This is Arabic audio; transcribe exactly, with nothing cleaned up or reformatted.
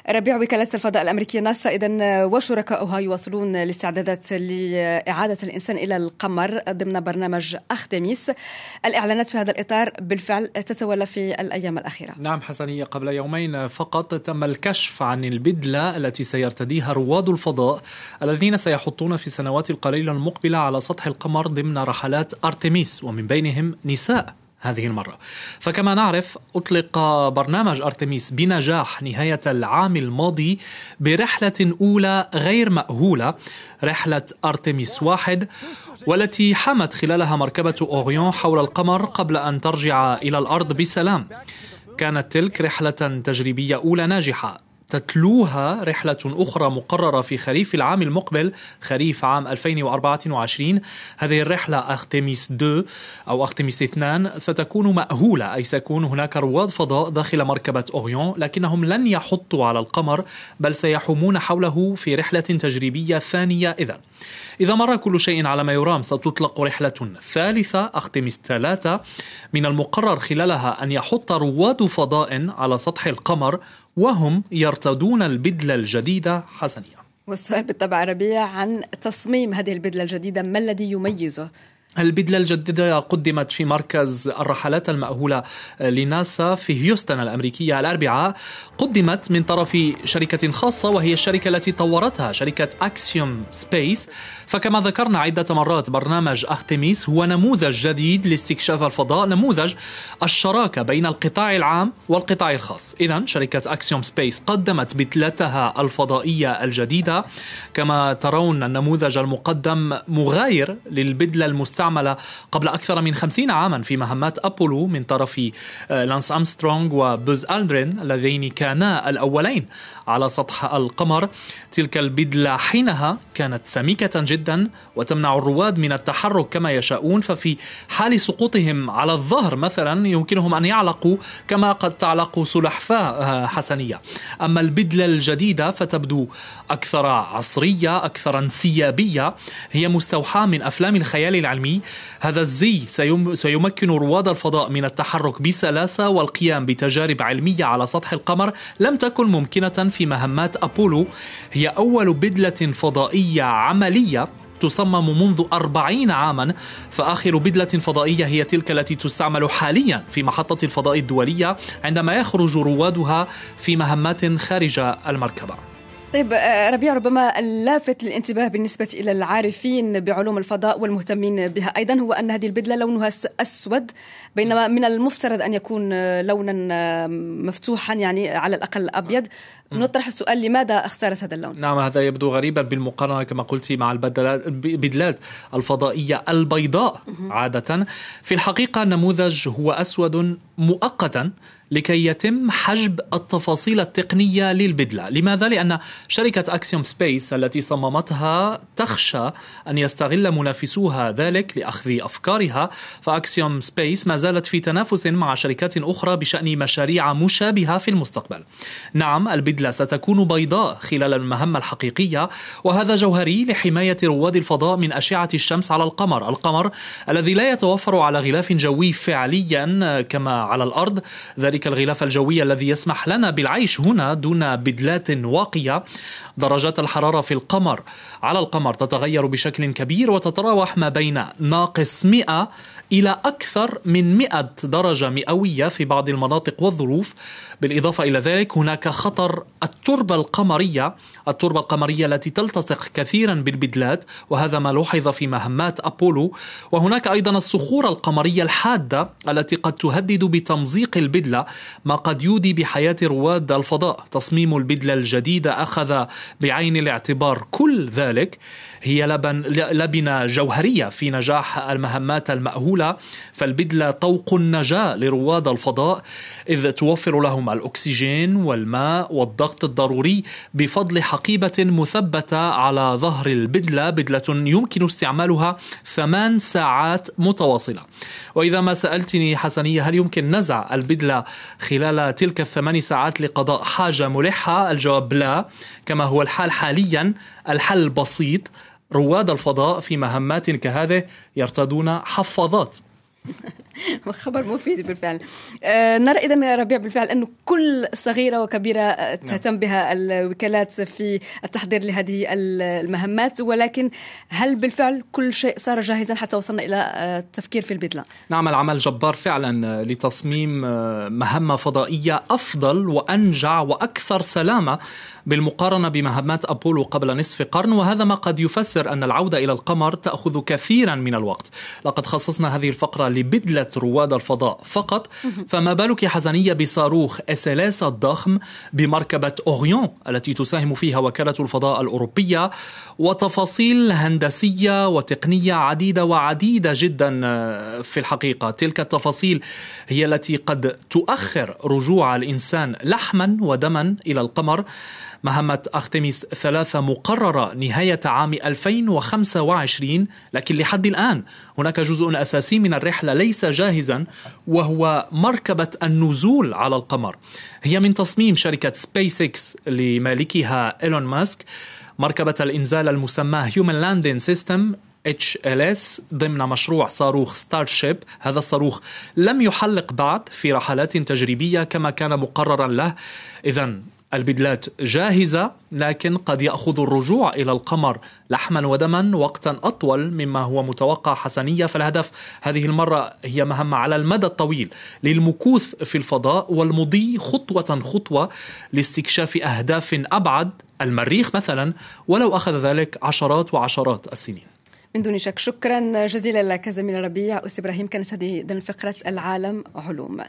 ربيع، وكالة الفضاء الأمريكية ناسا إذن وشركائها يواصلون الاستعدادات لإعادة الإنسان إلى القمر ضمن برنامج أرتميس. الإعلانات في هذا الإطار بالفعل تتولى في الأيام الأخيرة. نعم حسنية، قبل يومين فقط تم الكشف عن البدلة التي سيرتديها رواد الفضاء الذين سيحطون في السنوات القليلة المقبلة على سطح القمر ضمن رحلات أرتميس، ومن بينهم نساء هذه المرة. فكما نعرف أطلق برنامج أرتميس بنجاح نهاية العام الماضي برحلة أولى غير مأهولة، رحلة أرتميس واحد، والتي حمت خلالها مركبة أوريون حول القمر قبل أن ترجع إلى الأرض بسلام. كانت تلك رحلة تجريبية أولى ناجحة، تتلوها رحلة أخرى مقررة في خريف العام المقبل، خريف عام ألفين وأربعة وعشرين. هذه الرحلة أرتميس اثنين أو أرتميس اثنين ستكون مأهولة، أي سيكون هناك رواد فضاء داخل مركبة أوريون، لكنهم لن يحطوا على القمر بل سيحومون حوله في رحلة تجريبية ثانية. إذن إذا مر كل شيء على ما يرام ستطلق رحلة ثالثة أرتميس ثلاثة، من المقرر خلالها أن يحط رواد فضاء على سطح القمر وهم يرتدون البدلة الجديدة. حسنية، والسؤال بالطبع ربيع عن تصميم هذه البدلة الجديدة، ما الذي يميزه؟ البدلة الجديدة قدمت في مركز الرحلات المأهولة لناسا في هيوستن الأمريكية الأربعاء. قدمت من طرف شركة خاصة وهي الشركة التي طورتها، شركة أكسيوم سبيس. فكما ذكرنا عدة مرات، برنامج أرتميس هو نموذج جديد لاستكشاف الفضاء، نموذج الشراكة بين القطاع العام والقطاع الخاص. إذن شركة أكسيوم سبيس قدمت بدلتها الفضائية الجديدة. كما ترون النموذج المقدم مغاير للبدلة المستعملة قبل أكثر من خمسين عاما في مهمات أبولو من طرف لانس أرمسترونغ وبوز ألدرين اللذين كانا الأولين على سطح القمر. تلك البدلة حينها كانت سميكة جدا وتمنع الرواد من التحرك كما يشاءون، ففي حال سقوطهم على الظهر مثلا يمكنهم أن يعلقوا كما قد تعلق سلحفاة. حسنية، أما البدلة الجديدة فتبدو أكثر عصرية، أكثر انسيابية، هي مستوحاة من أفلام الخيال العلمي. هذا الزي سيمكن رواد الفضاء من التحرك بسلاسة والقيام بتجارب علمية على سطح القمر لم تكن ممكنة في مهمات أبولو. هي أول بدلة فضائية عملية تصمم منذ أربعين عاما، فآخر بدلة فضائية هي تلك التي تستعمل حاليا في محطة الفضاء الدولية عندما يخرج روادها في مهمات خارج المركبة. طيب ربيع، ربما اللافت للانتباه بالنسبة إلى العارفين بعلوم الفضاء والمهتمين بها أيضا هو أن هذه البدلة لونها أسود، بينما من المفترض أن يكون لونا مفتوحا، يعني على الأقل أبيض. نطرح السؤال، لماذا اختارت هذا اللون؟ نعم، هذا يبدو غريبا بالمقارنة كما قلت مع البدلات الفضائية البيضاء عادة. في الحقيقة النموذج هو أسود مؤقتا لكي يتم حجب التفاصيل التقنية للبدلة. لماذا؟ لأن شركة أكسيوم سبيس التي صممتها تخشى أن يستغل منافسوها ذلك لأخذ أفكارها، فأكسيوم سبيس ما زالت في تنافس مع شركات أخرى بشأن مشاريع مشابهة في المستقبل. نعم، البدلة ستكون بيضاء خلال المهمة الحقيقية، وهذا جوهري لحماية رواد الفضاء من أشعة الشمس على القمر، القمر الذي لا يتوفر على غلاف جوي فعليا كما على الأرض، ذلك الغلاف الجوي الذي يسمح لنا بالعيش هنا دون بدلات واقية. درجات الحرارة في القمر على القمر تتغير بشكل كبير وتتراوح ما بين ناقص مئة إلى أكثر من مئة درجة مئوية في بعض المناطق والظروف. بالإضافة إلى ذلك هناك خطر التربة القمرية، التربة القمرية التي تلتصق كثيرا بالبدلات، وهذا ما لوحظ في مهمات أبولو. وهناك أيضا الصخور القمرية الحادة التي قد تهدد بتمزيق البدلة، ما قد يودي بحياة رواد الفضاء. تصميم البدلة الجديدة أخذ بعين الاعتبار كل ذلك. هي لبن لبنة جوهرية في نجاح المهمات المأهولة، فالبدلة طوق النجاة لرواد الفضاء، إذ توفر لهم الأكسجين والماء والضغط الضروري بفضل حقيبة مثبتة على ظهر البدلة، بدلة يمكن استعمالها ثمان ساعات متواصلة. وإذا ما سألتني حسنية هل يمكن نزع البدلة خلال تلك الثمان ساعات لقضاء حاجة ملحة، الجواب لا، كما هو الحال حاليا. الحل بسيط، رواد الفضاء في مهمات كهذه يرتدون حفاظات. خبر مفيد بالفعل. آه نرى إذن ربيع بالفعل أنه كل صغيرة وكبيرة تهتم بها الوكالات في التحضير لهذه المهمات، ولكن هل بالفعل كل شيء صار جاهزا حتى وصلنا إلى التفكير في البدلة؟ نعمل عمل جبار فعلا لتصميم مهمة فضائية أفضل وأنجع وأكثر سلامة بالمقارنة بمهمات أبولو قبل نصف قرن، وهذا ما قد يفسر أن العودة إلى القمر تأخذ كثيرا من الوقت. لقد خصصنا هذه الفقرة لبدلة رواد الفضاء فقط، فما بالك حزنية بصاروخ إس إل إس الضخم، بمركبة أوريون التي تساهم فيها وكالة الفضاء الأوروبية، وتفاصيل هندسية وتقنية عديدة وعديدة جدا. في الحقيقة تلك التفاصيل هي التي قد تؤخر رجوع الإنسان لحما ودما إلى القمر. مهمة أرتيميس ثلاثة مقررة نهاية عام ألفين وخمسة وعشرين، لكن لحد الآن هناك جزء أساسي من الرحلة ليس جاهزا، وهو مركبة النزول على القمر. هي من تصميم شركة سبيس إكس لمالكها إيلون ماسك. مركبة الإنزال المسمى Human Landing System إتش إل إس ضمن مشروع صاروخ ستارشيب. هذا الصاروخ لم يحلق بعد في رحلات تجريبية كما كان مقررا له. إذن البدلات جاهزة، لكن قد يأخذ الرجوع إلى القمر لحما ودما وقتا أطول مما هو متوقع حسنية. فالهدف هذه المرة هي مهمة على المدى الطويل للمكوث في الفضاء والمضي خطوة خطوة لاستكشاف أهداف أبعد، المريخ مثلا، ولو أخذ ذلك عشرات وعشرات السنين. من دون شك. شكرا جزيلا لك زميل ربيع. أس إبراهيم، كانت هذه ضمن فقرة العالم علوم.